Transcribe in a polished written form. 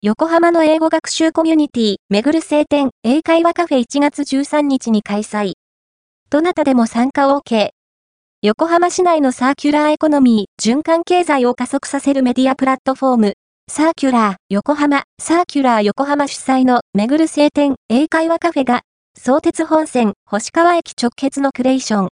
横浜の英語学習コミュニティ、めぐる晴天、英会話カフェ1月13日に開催。どなたでも参加 OK。横浜市内のサーキュラーエコノミー、循環経済を加速させるメディアプラットフォーム、サーキュラー横浜主催のめぐる晴天、英会話カフェが、相鉄本線、星川駅直結のクレーション、